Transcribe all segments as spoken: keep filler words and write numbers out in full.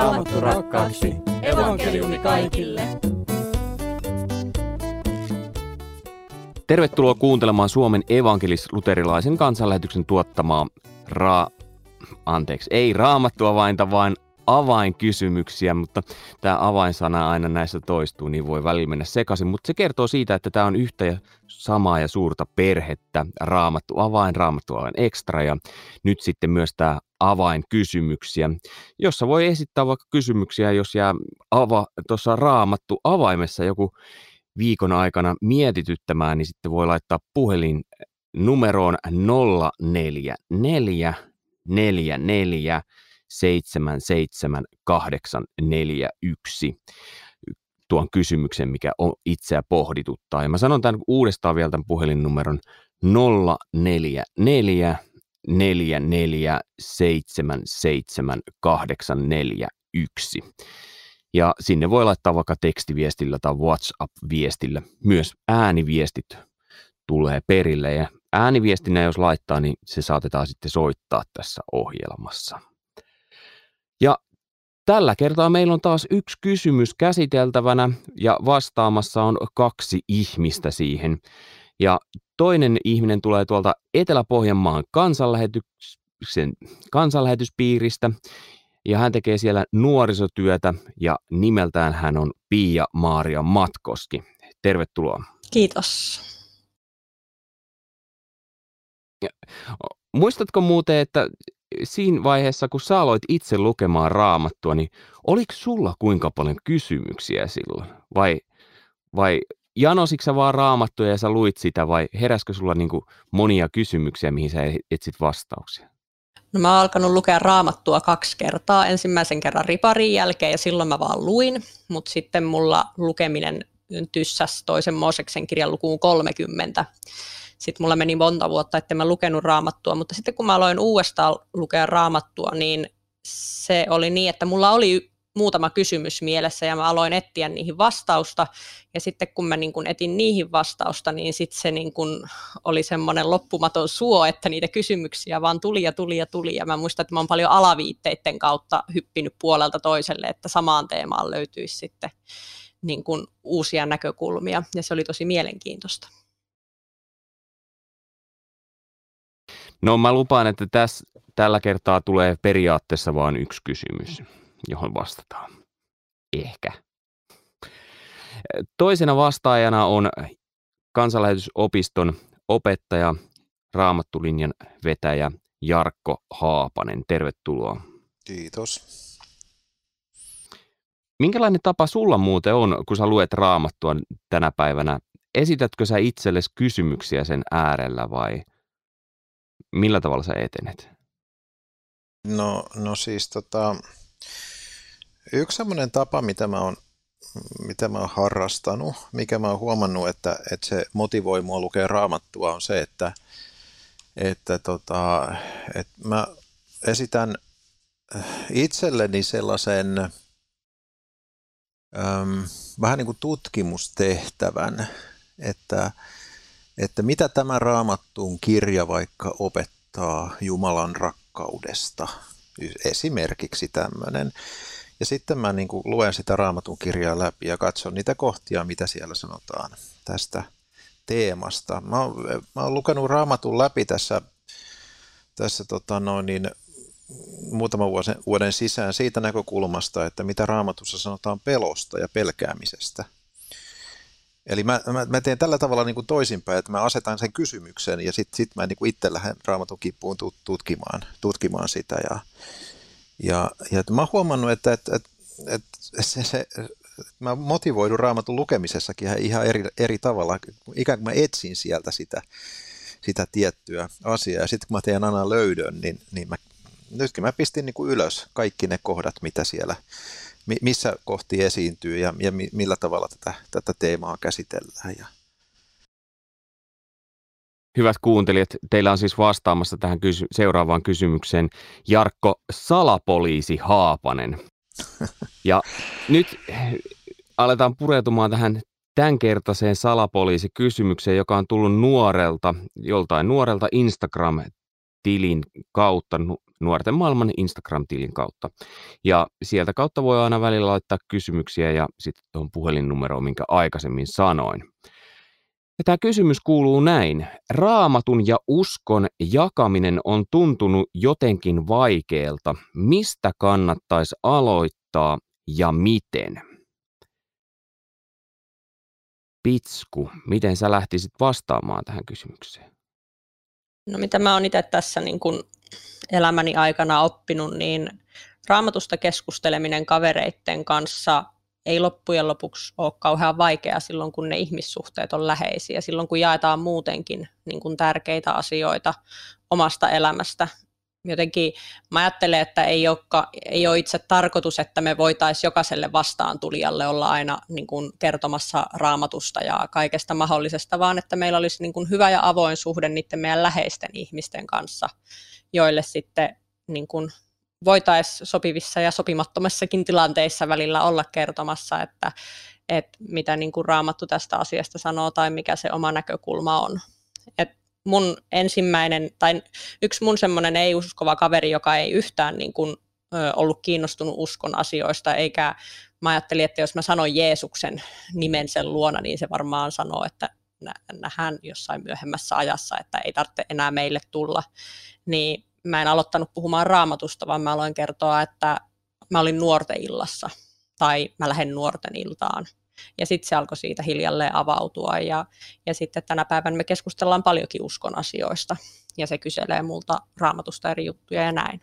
Raamattu rakkaaksi. Evankeliumi kaikille. Tervetuloa kuuntelemaan Suomen evankelis-luterilaisen kansanlähetyksen tuottamaa ra... Anteeksi, ei raamattuavainta, vaan avainkysymyksiä, mutta tämä avainsana aina näissä toistuu, niin voi välillä mennä sekaisin. Mutta se kertoo siitä, että tämä on yhtä ja samaa ja suurta perhettä, raamattu avain, raamattu avain ekstra ja nyt sitten myös tämä avainkysymyksiä, jossa voi esittää vaikka kysymyksiä, jos jää ava, tuossa raamattu avaimessa joku viikon aikana mietityttämään, niin sitten voi laittaa puhelin numeroon nolla neljä neljä neljä neljä seitsemän seitsemän kahdeksan neljä yksi tuon kysymyksen, mikä on itseä pohdituttaa. Ja mä sanon tämän uudestaan vielä tämän puhelinnumeron nolla neljä neljä neljä neljä seitsemän seitsemän kahdeksan neljä yksi. Ja sinne voi laittaa vaikka tekstiviestillä tai WhatsApp-viestillä. Myös ääniviestit tulee perille ja ääniviestinä jos laittaa, niin se saatetaan sitten soittaa tässä ohjelmassa. Ja tällä kertaa meillä on taas yksi kysymys käsiteltävänä ja vastaamassa on kaksi ihmistä siihen. Ja toinen ihminen tulee tuolta Etelä-Pohjanmaan kansanlähetyksen, kansanlähetyspiiristä ja hän tekee siellä nuorisotyötä ja nimeltään hän on Pia-Maaria Matkoski. Tervetuloa. Kiitos. Ja, muistatko muuten, että siinä vaiheessa, kun sä aloit itse lukemaan raamattua, niin oliko sulla kuinka paljon kysymyksiä silloin? Vai, vai janositko sä vaan raamattua ja sä luit sitä vai heräskö sulla niin kuin monia kysymyksiä, mihin sä etsit vastauksia? No mä oon alkanut lukea raamattua kaksi kertaa. Ensimmäisen kerran riparin jälkeen ja silloin mä vaan luin, mutta sitten mulla lukeminen tyssäsi toisen Mooseksen kirjan lukuun kolmekymmentä. Sitten mulla meni monta vuotta, että mä lukenut raamattua, mutta sitten kun mä aloin uudestaan lukea raamattua, niin se oli niin, että mulla oli muutama kysymys mielessä ja mä aloin etsiä niihin vastausta. Ja sitten kun mä niin kun etin niihin vastausta, niin sitten se niin kun oli semmoinen loppumaton suo, että niitä kysymyksiä vaan tuli ja tuli ja tuli. Ja mä muistan, että mä oon paljon alaviitteiden kautta hyppinyt puolelta toiselle, että samaan teemaan löytyisi sitten niin kun uusia näkökulmia. Ja se oli tosi mielenkiintoista. No mä lupaan, että tässä, tällä kertaa tulee periaatteessa vain yksi kysymys, johon vastataan. Ehkä. Toisena vastaajana on kansanlähetysopiston opettaja, raamattulinjan vetäjä Jarkko Haapanen. Tervetuloa. Kiitos. Minkälainen tapa sulla muuten on, kun sä luet raamattua tänä päivänä? Esitätkö sä itsellesi kysymyksiä sen äärellä vai millä tavalla sä etenet? No, no siis tota, yksi semmoinen tapa, mitä mä oon, mitä mä oon harrastanut, mikä mä oon huomannut, että, että se motivoi mua lukea raamattua, on se, että, että, tota, että mä esitän itselleni sellaisen äm, vähän niin kuin tutkimustehtävän, että että mitä tämä raamattuun kirja vaikka opettaa Jumalan rakkaudesta, esimerkiksi tämmöinen. Ja sitten mä niin kuin luen sitä raamatun kirjaa läpi ja katson niitä kohtia, mitä siellä sanotaan tästä teemasta. Mä oon, mä oon lukenut raamatun läpi tässä, tässä tota noin niin, muutaman vuoden, vuoden sisään siitä näkökulmasta, että mitä raamatussa sanotaan pelosta ja pelkäämisestä. Eli mä, mä, mä teen tällä tavalla niin kuin toisinpäin, että mä asetan sen kysymyksen ja sitten sit mä niin kuin itse lähden raamatun kippuun tutkimaan, tutkimaan sitä. Ja, ja, ja mä oon huomannut, että, että, että, että se, se, mä motivoidun raamatun lukemisessakin ihan eri, eri tavalla. Ikään kuin mä etsin sieltä sitä, sitä tiettyä asiaa ja sitten kun mä teen aina löydön, niin, niin mä, nytkin mä pistin niin kuin ylös kaikki ne kohdat, mitä siellä missä kohti esiintyy ja, ja millä tavalla tätä, tätä teemaa käsitellään. Ja. Hyvät kuuntelijat, teillä on siis vastaamassa tähän kysy- seuraavaan kysymykseen Jarkko Salapoliisi Haapanen. Ja nyt aletaan pureutumaan tähän tämänkertaiseen salapoliisikysymykseen, joka on tullut nuorelta, joltain nuorelta Instagram-tilin kautta. Nuorten maailman Instagram-tilin kautta. Ja sieltä kautta voi aina välillä laittaa kysymyksiä ja sitten tuohon puhelinnumeroon, minkä aikaisemmin sanoin. Ja tämä kysymys kuuluu näin. Raamatun ja uskon jakaminen on tuntunut jotenkin vaikealta. Mistä kannattaisi aloittaa ja miten? Pitsku, miten sä lähtisit vastaamaan tähän kysymykseen? No mitä mä oon itse tässä niin kun elämäni aikana oppinut, niin Raamatusta keskusteleminen kavereitten kanssa ei loppujen lopuksi ole kauhean vaikeaa silloin, kun ne ihmissuhteet on läheisiä, silloin kun jaetaan muutenkin niin kun tärkeitä asioita omasta elämästä. Jotenkin mä ajattelen, että ei, olekaan, ei ole itse tarkoitus, että me voitaisiin jokaiselle vastaantulijalle olla aina niin kuin kertomassa Raamatusta ja kaikesta mahdollisesta, vaan että meillä olisi niin kuin hyvä ja avoin suhde niiden meidän läheisten ihmisten kanssa, joille sitten niin kuin voitaisiin sopivissa ja sopimattomassakin tilanteissa välillä olla kertomassa, että, että mitä niin kuin Raamattu tästä asiasta sanoo tai mikä se oma näkökulma on. Et mun ensimmäinen, tai yksi mun semmoinen ei-uskova kaveri, joka ei yhtään niin kuin, ö, ollut kiinnostunut uskon asioista, eikä mä ajattelin, että jos mä sanon Jeesuksen nimen sen luona, niin se varmaan sanoo, että nähdään jossain myöhemmässä ajassa, että ei tarvitse enää meille tulla. Niin mä en aloittanut puhumaan Raamatusta, vaan mä aloin kertoa, että mä olin nuorten illassa, tai mä lähden nuorten iltaan. Ja sitten se alkoi siitä hiljalleen avautua ja, ja sitten tänä päivänä me keskustellaan paljonkin uskon asioista ja se kyselee multa Raamatusta eri juttuja ja näin.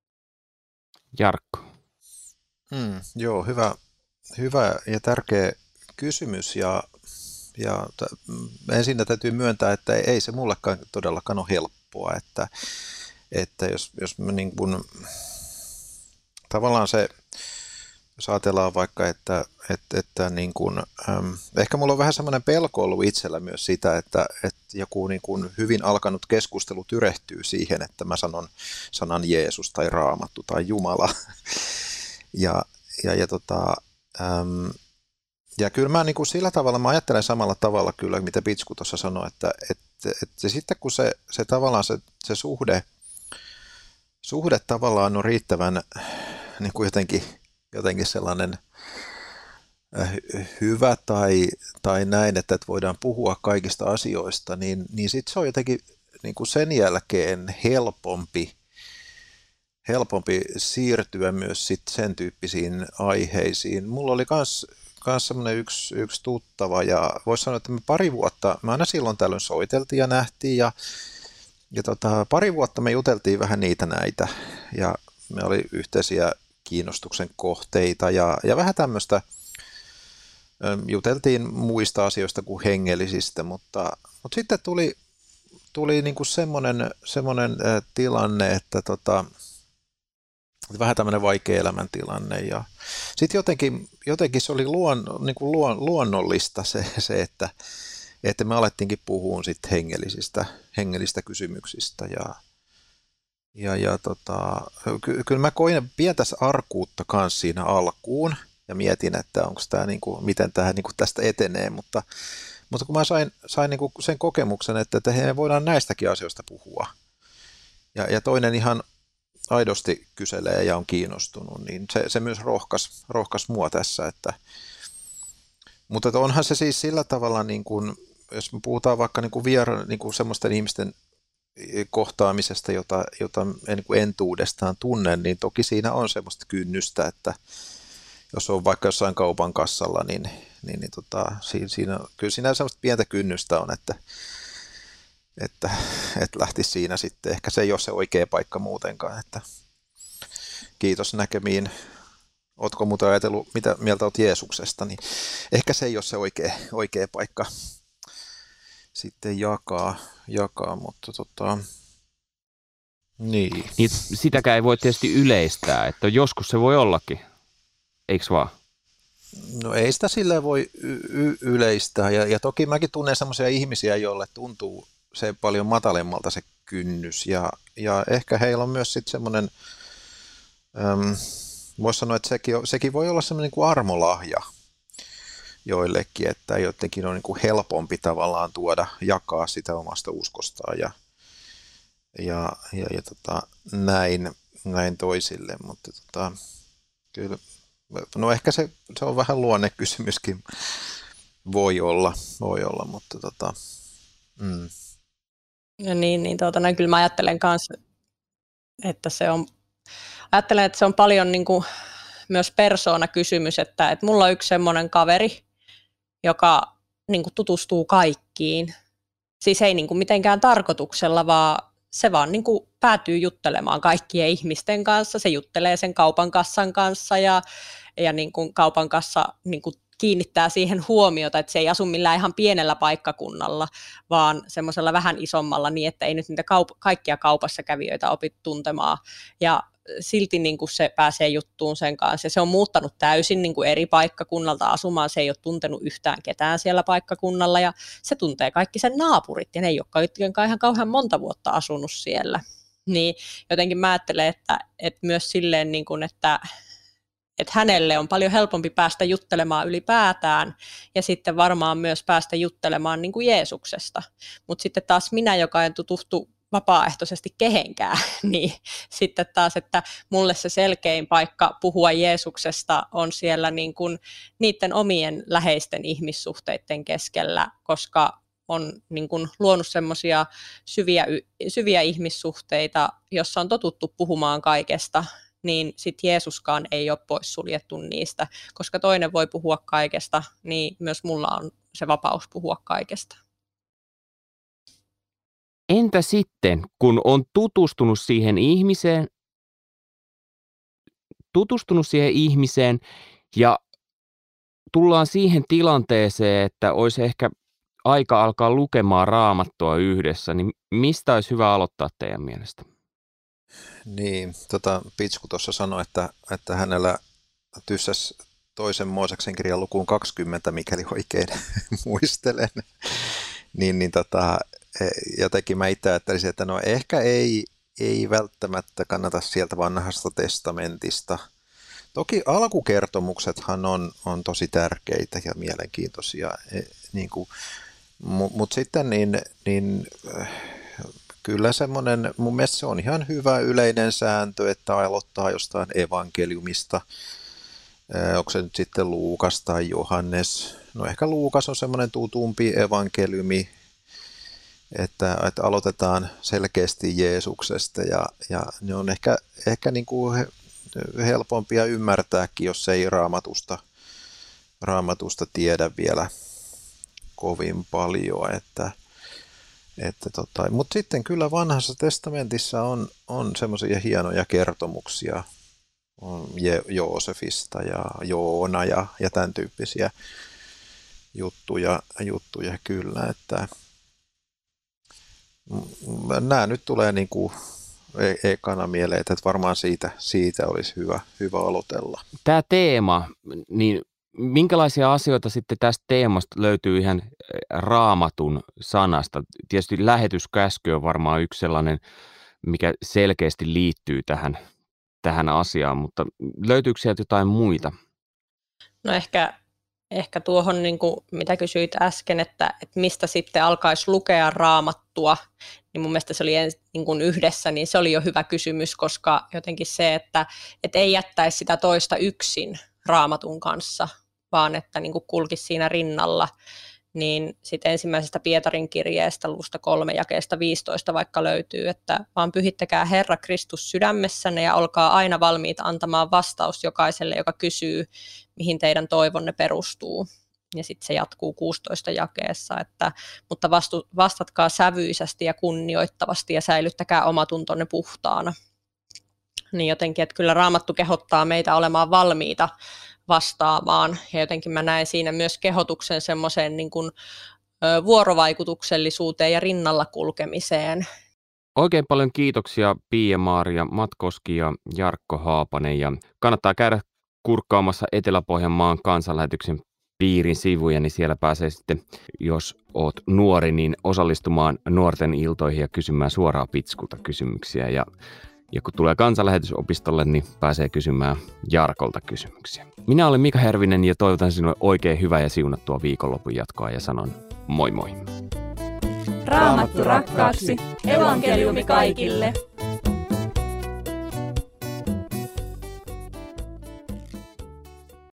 Jarkko. Hmm, joo, hyvä, hyvä ja tärkeä kysymys ja, ja ensin täytyy myöntää, että ei se mullekaan todellakaan ole helppoa, että, että jos, jos mä niin kuin, tavallaan se jos ajatellaan vaikka, että, että, että niin kuin, ähm, ehkä mulla on vähän semmoinen pelko ollut itsellä myös sitä, että, että joku niin kuin hyvin alkanut keskustelu tyrehtyy siihen, että mä sanon sanan Jeesus tai Raamattu tai Jumala. ja, ja, ja, tota, ähm, ja kyllä mä niin kuin sillä tavalla, mä ajattelen samalla tavalla kyllä, mitä Pitsku tuossa sanoi, että, että, että sitten kun se, se tavallaan se, se suhde, suhde tavallaan on riittävän niin kuin jotenkin, jotenkin sellainen hyvä tai, tai näin, että voidaan puhua kaikista asioista, niin, niin sitten se on jotenkin niin kuin sen jälkeen helpompi, helpompi siirtyä myös sit sen tyyppisiin aiheisiin. Mulla oli kans, kans semmoinen yksi, yksi tuttava ja voisi sanoa, että me pari vuotta, me aina silloin tällöin soiteltiin ja nähtiin ja, ja tota, pari vuotta me juteltiin vähän niitä näitä ja me oli yhteisiä kiinnostuksen kohteita ja, ja vähän tämmöistä, juteltiin muista asioista kuin hengellisistä, mutta, mutta sitten tuli, tuli niin kuin semmoinen, semmoinen tilanne, että tota, vähän tämmöinen vaikea elämäntilanne ja sitten jotenkin, jotenkin se oli luon, niin kuin luon, luonnollista se, se että, että me alettiinkin puhua sitten hengellisistä, hengellisistä kysymyksistä ja Ja, ja tota, ky- kyllä mä koin pientä arkuutta kanssa siinä alkuun ja mietin, että onko tämä niinku, miten tämä niinku tästä etenee, mutta, mutta kun mä sain, sain niinku sen kokemuksen, että, että he voidaan näistäkin asioista puhua ja, ja toinen ihan aidosti kyselee ja on kiinnostunut, niin se, se myös rohkas, rohkas mua tässä, että, mutta onhan se siis sillä tavalla, niin kuin, jos me puhutaan vaikka niin kuin viera, niin kuin semmoisten ihmisten kohtaamisesta, jota, jota en niin entuudestaan tunnen, niin toki siinä on semmoista kynnystä, että jos on vaikka jossain kaupan kassalla, niin, niin, niin tota, siinä, kyllä siinä semmoista pientä kynnystä on, että, että, että lähtisi siinä sitten. Ehkä se ei ole se oikea paikka muutenkaan. Että kiitos näkemiin. Ootko muuten ajatellut, mitä mieltä olet Jeesuksesta, niin ehkä se ei ole se oikea, oikea paikka sitten jakaa, jakaa mutta tota, niin. niin. Sitäkään ei voi tietysti yleistää, että joskus se voi ollakin, eikö vaan? No ei sitä silleen voi y- y- yleistää ja, ja toki mäkin tunnen semmoisia ihmisiä, joille tuntuu se paljon matalemmalta se kynnys ja, ja ehkä heillä on myös sitten semmoinen, äm, voisi sanoa, että sekin, sekin voi olla semmoinen niin kuin armolahja joillekin, että jotenkin on niin kuin helpompi tavallaan tuoda, jakaa sitä omasta uskostaan ja, ja, ja, ja tota, näin, näin toisille, mutta tota, kyllä, no ehkä se, se on vähän luonnekysymyskin, voi olla, voi olla, mutta tota, mm. No niin, niin tuota, no, kyllä mä ajattelen kanssa, että se on, ajattelen, että se on paljon niin kuin myös persoonakysymys, että, että mulla on yksi semmoinen kaveri, joka niin kuin tutustuu kaikkiin. Siis ei niin kuin mitenkään tarkoituksella, vaan se vaan niin kuin päätyy juttelemaan kaikkien ihmisten kanssa. Se juttelee sen kaupan kassan kanssa ja, ja niin kuin kaupan kassa niin kuin kiinnittää siihen huomiota, että se ei asu millään ihan pienellä paikkakunnalla, vaan semmoisella vähän isommalla niin, että ei nyt niitä kaup- kaikkia kaupassa kävijöitä opi tuntemaan. Ja silti niin kuin se pääsee juttuun sen kanssa. Ja se on muuttanut täysin niin kuin eri paikkakunnalta asumaan. Se ei ole tuntenut yhtään ketään siellä paikkakunnalla ja se tuntee kaikki sen naapurit ja ne ei olekaan ihan kauhean monta vuotta asunut siellä. Niin jotenkin mä ajattelen, että, että myös silleen, niin kuin, että, että hänelle on paljon helpompi päästä juttelemaan ylipäätään ja sitten varmaan myös päästä juttelemaan niin kuin Jeesuksesta. Mutta sitten taas minä, joka en tutustu vapaaehtoisesti kehenkään, niin sitten taas, että mulle se selkein paikka puhua Jeesuksesta on siellä niin kuin niiden omien läheisten ihmissuhteiden keskellä, koska on niin kuin luonut semmoisia syviä, syviä ihmissuhteita, jossa on totuttu puhumaan kaikesta, niin sitten Jeesuskaan ei ole poissuljettu niistä, koska toinen voi puhua kaikesta, niin myös mulla on se vapaus puhua kaikesta. Entä sitten, kun on tutustunut siihen ihmiseen, tutustunut siihen ihmiseen ja tullaan siihen tilanteeseen, että olisi ehkä aika alkaa lukemaan Raamattua yhdessä, niin mistä olisi hyvä aloittaa teidän mielestä? Niin, tota, Pitsku tuossa sanoi, että, että hänellä tyssäsi toisen Mooseksen kirjan lukuun kaksikymmentä, mikäli oikein muistelen. niin, niin tota, jotenkin mä itse ajattelisin, että no ehkä ei, ei välttämättä kannata sieltä vanhasta testamentista. Toki alkukertomuksethan on, on tosi tärkeitä ja mielenkiintoisia, niin kuin, mutta sitten niin, niin kyllä semmoinen, mun mielestä se on ihan hyvä yleinen sääntö, että aloittaa jostain evankeliumista. Onko se nyt sitten Luukas tai Johannes? No ehkä Luukas on semmoinen tutumpi evankeliumi, että, että aloitetaan selkeästi Jeesuksesta ja, ja ne on ehkä, ehkä niin kuin helpompia ymmärtääkin, jos ei raamatusta, raamatusta tiedä vielä kovin paljon. Että, että tota, mutta sitten kyllä vanhassa testamentissa on, on semmoisia hienoja kertomuksia on Je- Joosefista ja Joona ja, ja tämän tyyppisiä juttuja, juttuja kyllä, että nämä nyt tulee niin kuin ekana mieleen, että varmaan siitä, siitä olisi hyvä, hyvä aloitella. Tämä teema, niin minkälaisia asioita sitten tästä teemasta löytyy ihan Raamatun sanasta? Tietysti lähetyskäsky on varmaan yksi sellainen, mikä selkeästi liittyy tähän, tähän asiaan, mutta löytyykö sieltä jotain muita? No ehkä, ehkä tuohon, niin kuin, mitä kysyit äsken, että, että mistä sitten alkaisi lukea Raamattua, niin mun mielestä se oli niin kuin yhdessä, niin se oli jo hyvä kysymys, koska jotenkin se, että, että ei jättäisi sitä toista yksin Raamatun kanssa, vaan että niin kuin kulkisi siinä rinnalla, niin sitten ensimmäisestä Pietarin kirjeestä luvusta kolme jakeesta viisitoista vaikka löytyy, että vaan pyhittäkää Herra Kristus sydämessänne ja olkaa aina valmiit antamaan vastaus jokaiselle, joka kysyy, mihin teidän toivonne perustuu. Ja sitten se jatkuu kuusitoista jakeessa, että mutta vastu, vastatkaa sävyisesti ja kunnioittavasti ja säilyttäkää omatuntonne puhtaana. Niin jotenkin, että kyllä Raamattu kehottaa meitä olemaan valmiita vastaamaan ja jotenkin mä näen siinä myös kehotuksen semmoiseen niin kuin vuorovaikutuksellisuuteen ja rinnalla kulkemiseen. Oikein paljon kiitoksia Pia-Maria Matkoski ja Jarkko Haapanen ja kannattaa käydä kurkkaamassa Etelä-Pohjanmaan kansanlähetyksen piirin sivuja, niin siellä pääsee sitten, jos oot nuori, niin osallistumaan nuorten iltoihin ja kysymään suoraan Pitskulta kysymyksiä ja Ja kun tulee kansanlähetysopistolle, niin pääsee kysymään Jarkolta kysymyksiä. Minä olen Mika Hervinen ja toivotan sinulle oikein hyvää ja siunattua viikonlopun jatkoa ja sanon moi moi. Raamattu rakkaaksi. Evankeliumi kaikille.